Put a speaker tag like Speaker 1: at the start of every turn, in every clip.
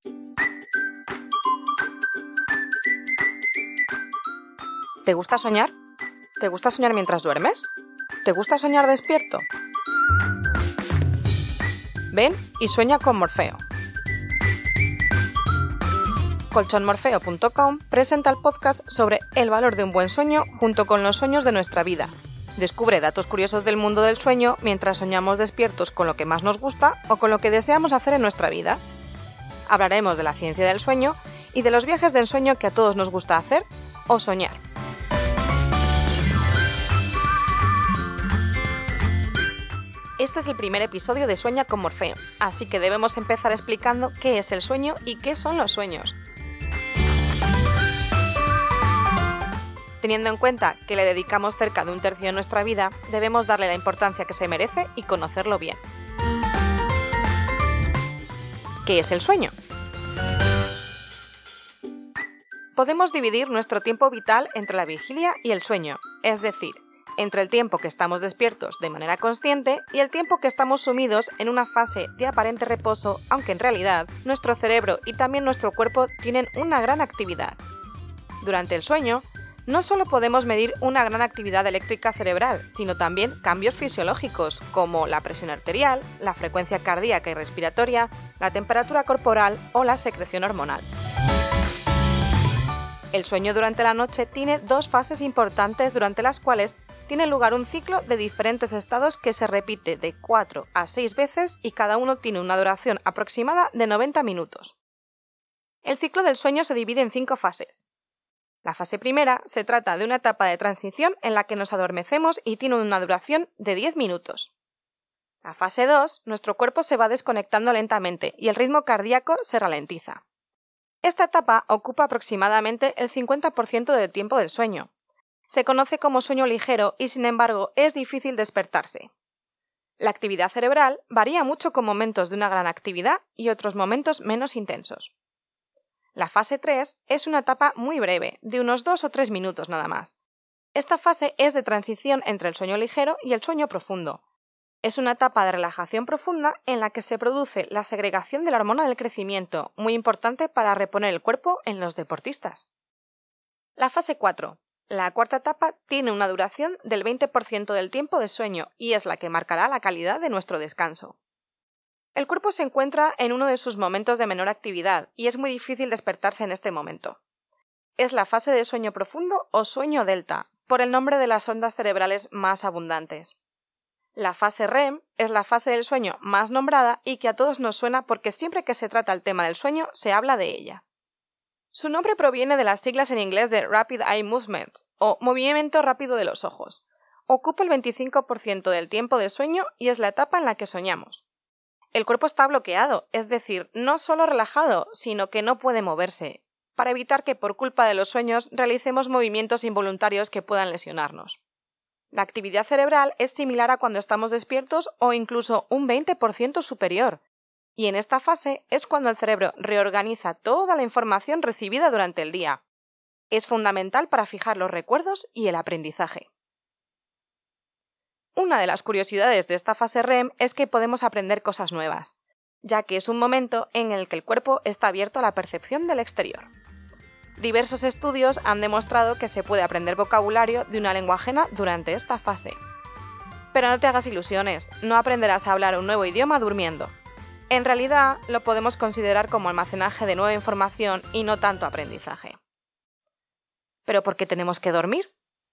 Speaker 1: ¿Te gusta soñar? ¿Te gusta soñar mientras duermes? ¿Te gusta soñar despierto? Ven y sueña con Morfeo. Colchonmorfeo.com presenta el podcast sobre el valor de un buen sueño junto con los sueños de nuestra vida. Descubre datos curiosos del mundo del sueño mientras soñamos despiertos con lo que más nos gusta o con lo que deseamos hacer en nuestra vida. Hablaremos de la ciencia del sueño y de los viajes de ensueño que a todos nos gusta hacer o soñar. Este es el primer episodio de Sueña con Morfeo, así que debemos empezar explicando qué es el sueño y qué son los sueños. Teniendo en cuenta que le dedicamos cerca de un tercio de nuestra vida, debemos darle la importancia que se merece y conocerlo bien. ¿Qué es el sueño? Podemos dividir nuestro tiempo vital entre la vigilia y el sueño, es decir, entre el tiempo que estamos despiertos de manera consciente y el tiempo que estamos sumidos en una fase de aparente reposo, aunque en realidad nuestro cerebro y también nuestro cuerpo tienen una gran actividad. Durante el sueño, no solo podemos medir una gran actividad eléctrica cerebral, sino también cambios fisiológicos como la presión arterial, la frecuencia cardíaca y respiratoria, la temperatura corporal o la secreción hormonal. El sueño durante la noche tiene dos fases importantes durante las cuales tiene lugar un ciclo de diferentes estados que se repite de 4 a 6 veces y cada uno tiene una duración aproximada de 90 minutos. El ciclo del sueño se divide en 5 fases. La fase primera se trata de una etapa de transición en la que nos adormecemos y tiene una duración de 10 minutos. La fase 2, nuestro cuerpo se va desconectando lentamente y el ritmo cardíaco se ralentiza. Esta etapa ocupa aproximadamente el 50% del tiempo del sueño. Se conoce como sueño ligero y, sin embargo, es difícil despertarse. La actividad cerebral varía mucho con momentos de una gran actividad y otros momentos menos intensos. La fase 3 es una etapa muy breve, de unos 2 o 3 minutos nada más. Esta fase es de transición entre el sueño ligero y el sueño profundo. Es una etapa de relajación profunda en la que se produce la segregación de la hormona del crecimiento, muy importante para reponer el cuerpo en los deportistas. La fase 4. La cuarta etapa tiene una duración del 20% del tiempo de sueño y es la que marcará la calidad de nuestro descanso. El cuerpo se encuentra en uno de sus momentos de menor actividad y es muy difícil despertarse en este momento. Es la fase de sueño profundo o sueño delta, por el nombre de las ondas cerebrales más abundantes. La fase REM es la fase del sueño más nombrada y que a todos nos suena porque siempre que se trata el tema del sueño se habla de ella. Su nombre proviene de las siglas en inglés de Rapid Eye Movement o movimiento rápido de los ojos. Ocupa el 25% del tiempo de sueño y es la etapa en la que soñamos. El cuerpo está bloqueado, es decir, no solo relajado, sino que no puede moverse, para evitar que por culpa de los sueños realicemos movimientos involuntarios que puedan lesionarnos. La actividad cerebral es similar a cuando estamos despiertos o incluso un 20% superior. Y en esta fase es cuando el cerebro reorganiza toda la información recibida durante el día. Es fundamental para fijar los recuerdos y el aprendizaje. Una de las curiosidades de esta fase REM es que podemos aprender cosas nuevas, ya que es un momento en el que el cuerpo está abierto a la percepción del exterior. Diversos estudios han demostrado que se puede aprender vocabulario de una lengua ajena durante esta fase. Pero no te hagas ilusiones, no aprenderás a hablar un nuevo idioma durmiendo. En realidad, lo podemos considerar como almacenaje de nueva información y no tanto aprendizaje. ¿Pero por qué tenemos que dormir?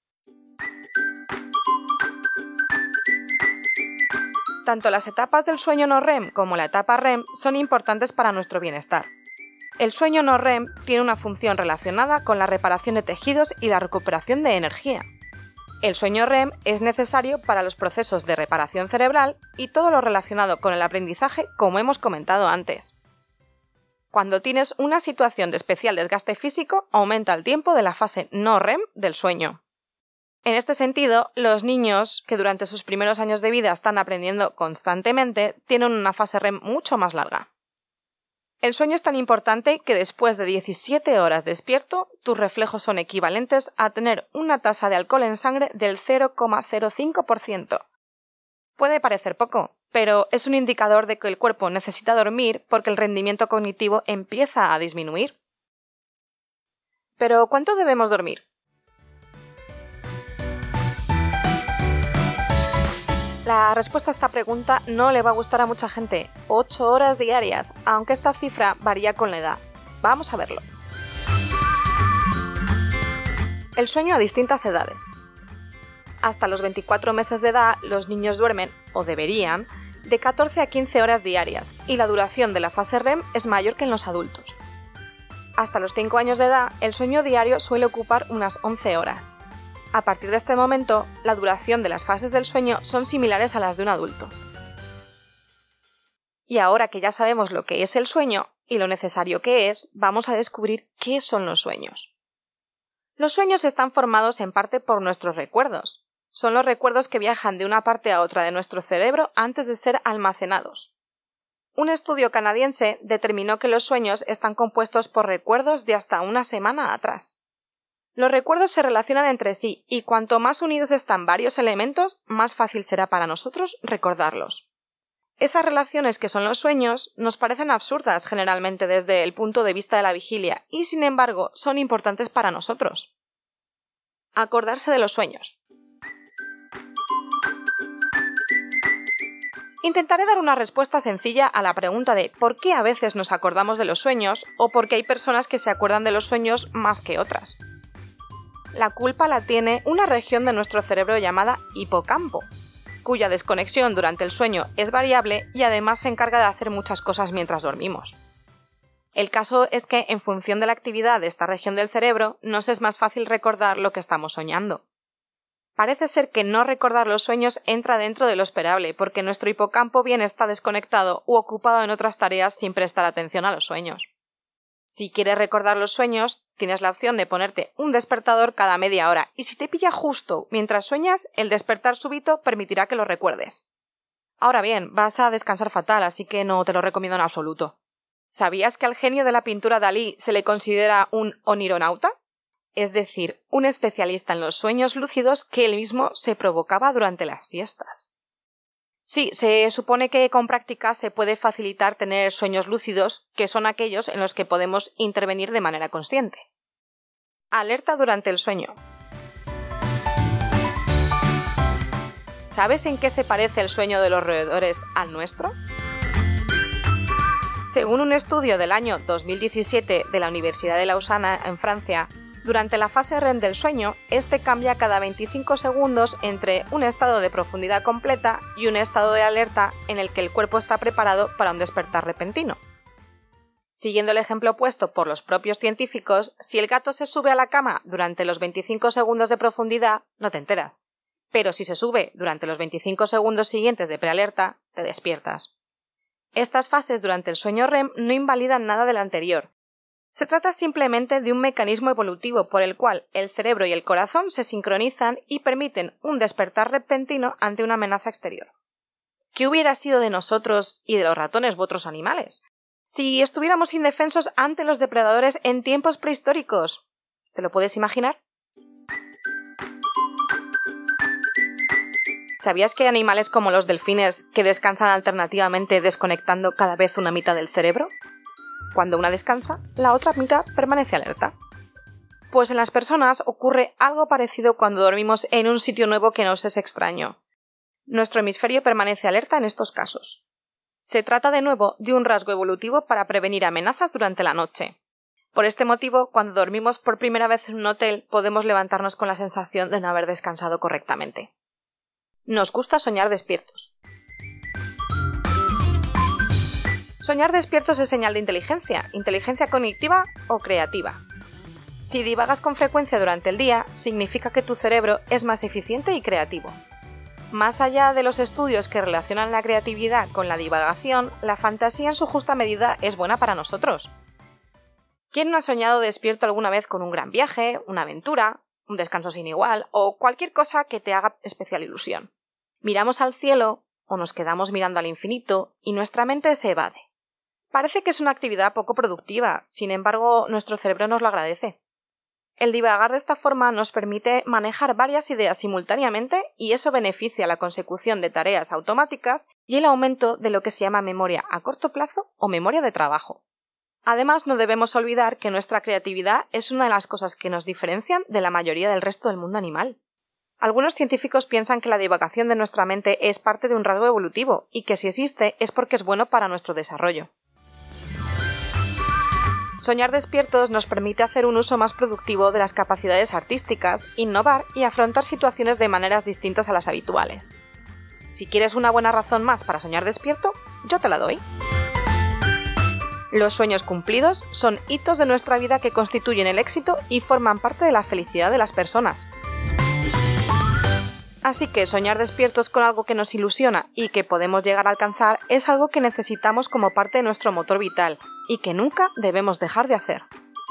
Speaker 1: Tanto las etapas del sueño no REM como la etapa REM son importantes para nuestro bienestar. El sueño no REM tiene una función relacionada con la reparación de tejidos y la recuperación de energía. El sueño REM es necesario para los procesos de reparación cerebral y todo lo relacionado con el aprendizaje, como hemos comentado antes. Cuando tienes una situación de especial desgaste físico, aumenta el tiempo de la fase no REM del sueño. En este sentido, los niños que durante sus primeros años de vida están aprendiendo constantemente tienen una fase REM mucho más larga. El sueño es tan importante que después de 17 horas despierto, tus reflejos son equivalentes a tener una tasa de alcohol en sangre del 0,05%. Puede parecer poco, pero es un indicador de que el cuerpo necesita dormir porque el rendimiento cognitivo empieza a disminuir. ¿Pero cuánto debemos dormir? La respuesta a esta pregunta no le va a gustar a mucha gente. 8 horas diarias, aunque esta cifra varía con la edad. Vamos a verlo. El sueño a distintas edades. Hasta los 24 meses de edad, los niños duermen, o deberían, de 14 a 15 horas diarias, y la duración de la fase REM es mayor que en los adultos. Hasta los 5 años de edad, el sueño diario suele ocupar unas 11 horas. A partir de este momento, la duración de las fases del sueño son similares a las de un adulto. Y ahora que ya sabemos lo que es el sueño y lo necesario que es, vamos a descubrir qué son los sueños. Los sueños están formados en parte por nuestros recuerdos. Son los recuerdos que viajan de una parte a otra de nuestro cerebro antes de ser almacenados. Un estudio canadiense determinó que los sueños están compuestos por recuerdos de hasta una semana atrás. Los recuerdos se relacionan entre sí y cuanto más unidos están varios elementos, más fácil será para nosotros recordarlos. Esas relaciones que son los sueños nos parecen absurdas generalmente desde el punto de vista de la vigilia y, sin embargo, son importantes para nosotros. Acordarse de los sueños. Intentaré dar una respuesta sencilla a la pregunta de ¿por qué a veces nos acordamos de los sueños o por qué hay personas que se acuerdan de los sueños más que otras? La culpa la tiene una región de nuestro cerebro llamada hipocampo, cuya desconexión durante el sueño es variable y además se encarga de hacer muchas cosas mientras dormimos. El caso es que, en función de la actividad de esta región del cerebro, nos es más fácil recordar lo que estamos soñando. Parece ser que no recordar los sueños entra dentro de lo esperable, porque nuestro hipocampo bien está desconectado u ocupado en otras tareas sin prestar atención a los sueños. Si quieres recordar los sueños, tienes la opción de ponerte un despertador cada media hora, y si te pilla justo mientras sueñas, el despertar súbito permitirá que lo recuerdes. Ahora bien, vas a descansar fatal, así que no te lo recomiendo en absoluto. ¿Sabías que al genio de la pintura Dalí se le considera un onironauta? Es decir, un especialista en los sueños lúcidos que él mismo se provocaba durante las siestas. Sí, se supone que con práctica se puede facilitar tener sueños lúcidos, que son aquellos en los que podemos intervenir de manera consciente. Alerta durante el sueño. ¿Sabes en qué se parece el sueño de los roedores al nuestro? Según un estudio del año 2017 de la Universidad de Lausana, en Francia, durante la fase REM del sueño, este cambia cada 25 segundos entre un estado de profundidad completa y un estado de alerta en el que el cuerpo está preparado para un despertar repentino. Siguiendo el ejemplo puesto por los propios científicos, si el gato se sube a la cama durante los 25 segundos de profundidad, no te enteras. Pero si se sube durante los 25 segundos siguientes de prealerta, te despiertas. Estas fases durante el sueño REM no invalidan nada del anterior. Se trata simplemente de un mecanismo evolutivo por el cual el cerebro y el corazón se sincronizan y permiten un despertar repentino ante una amenaza exterior. ¿Qué hubiera sido de nosotros y de los ratones u otros animales si estuviéramos indefensos ante los depredadores en tiempos prehistóricos? ¿Te lo puedes imaginar? ¿Sabías que hay animales como los delfines que descansan alternativamente desconectando cada vez una mitad del cerebro? Cuando una descansa, la otra mitad permanece alerta. Pues en las personas ocurre algo parecido cuando dormimos en un sitio nuevo que nos es extraño. Nuestro hemisferio permanece alerta en estos casos. Se trata de nuevo de un rasgo evolutivo para prevenir amenazas durante la noche. Por este motivo, cuando dormimos por primera vez en un hotel, podemos levantarnos con la sensación de no haber descansado correctamente. Nos gusta soñar despiertos. Soñar despiertos es señal de inteligencia cognitiva o creativa. Si divagas con frecuencia durante el día, significa que tu cerebro es más eficiente y creativo. Más allá de los estudios que relacionan la creatividad con la divagación, la fantasía en su justa medida es buena para nosotros. ¿Quién no ha soñado despierto alguna vez con un gran viaje, una aventura, un descanso sin igual o cualquier cosa que te haga especial ilusión? Miramos al cielo o nos quedamos mirando al infinito y nuestra mente se evade. Parece que es una actividad poco productiva, sin embargo, nuestro cerebro nos lo agradece. El divagar de esta forma nos permite manejar varias ideas simultáneamente y eso beneficia la consecución de tareas automáticas y el aumento de lo que se llama memoria a corto plazo o memoria de trabajo. Además, no debemos olvidar que nuestra creatividad es una de las cosas que nos diferencian de la mayoría del resto del mundo animal. Algunos científicos piensan que la divagación de nuestra mente es parte de un rasgo evolutivo y que si existe es porque es bueno para nuestro desarrollo. Soñar despiertos nos permite hacer un uso más productivo de las capacidades artísticas, innovar y afrontar situaciones de maneras distintas a las habituales. Si quieres una buena razón más para soñar despierto, yo te la doy. Los sueños cumplidos son hitos de nuestra vida que constituyen el éxito y forman parte de la felicidad de las personas. Así que soñar despiertos con algo que nos ilusiona y que podemos llegar a alcanzar es algo que necesitamos como parte de nuestro motor vital y que nunca debemos dejar de hacer.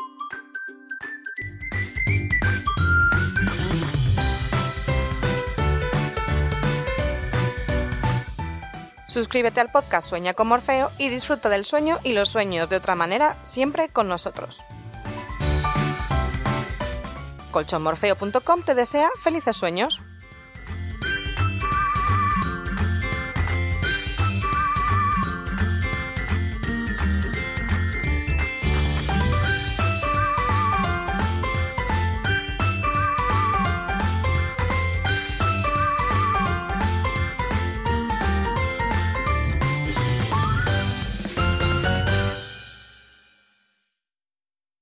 Speaker 1: Suscríbete al podcast Sueña con Morfeo y disfruta del sueño y los sueños de otra manera siempre con nosotros. Colchonmorfeo.com te desea felices sueños.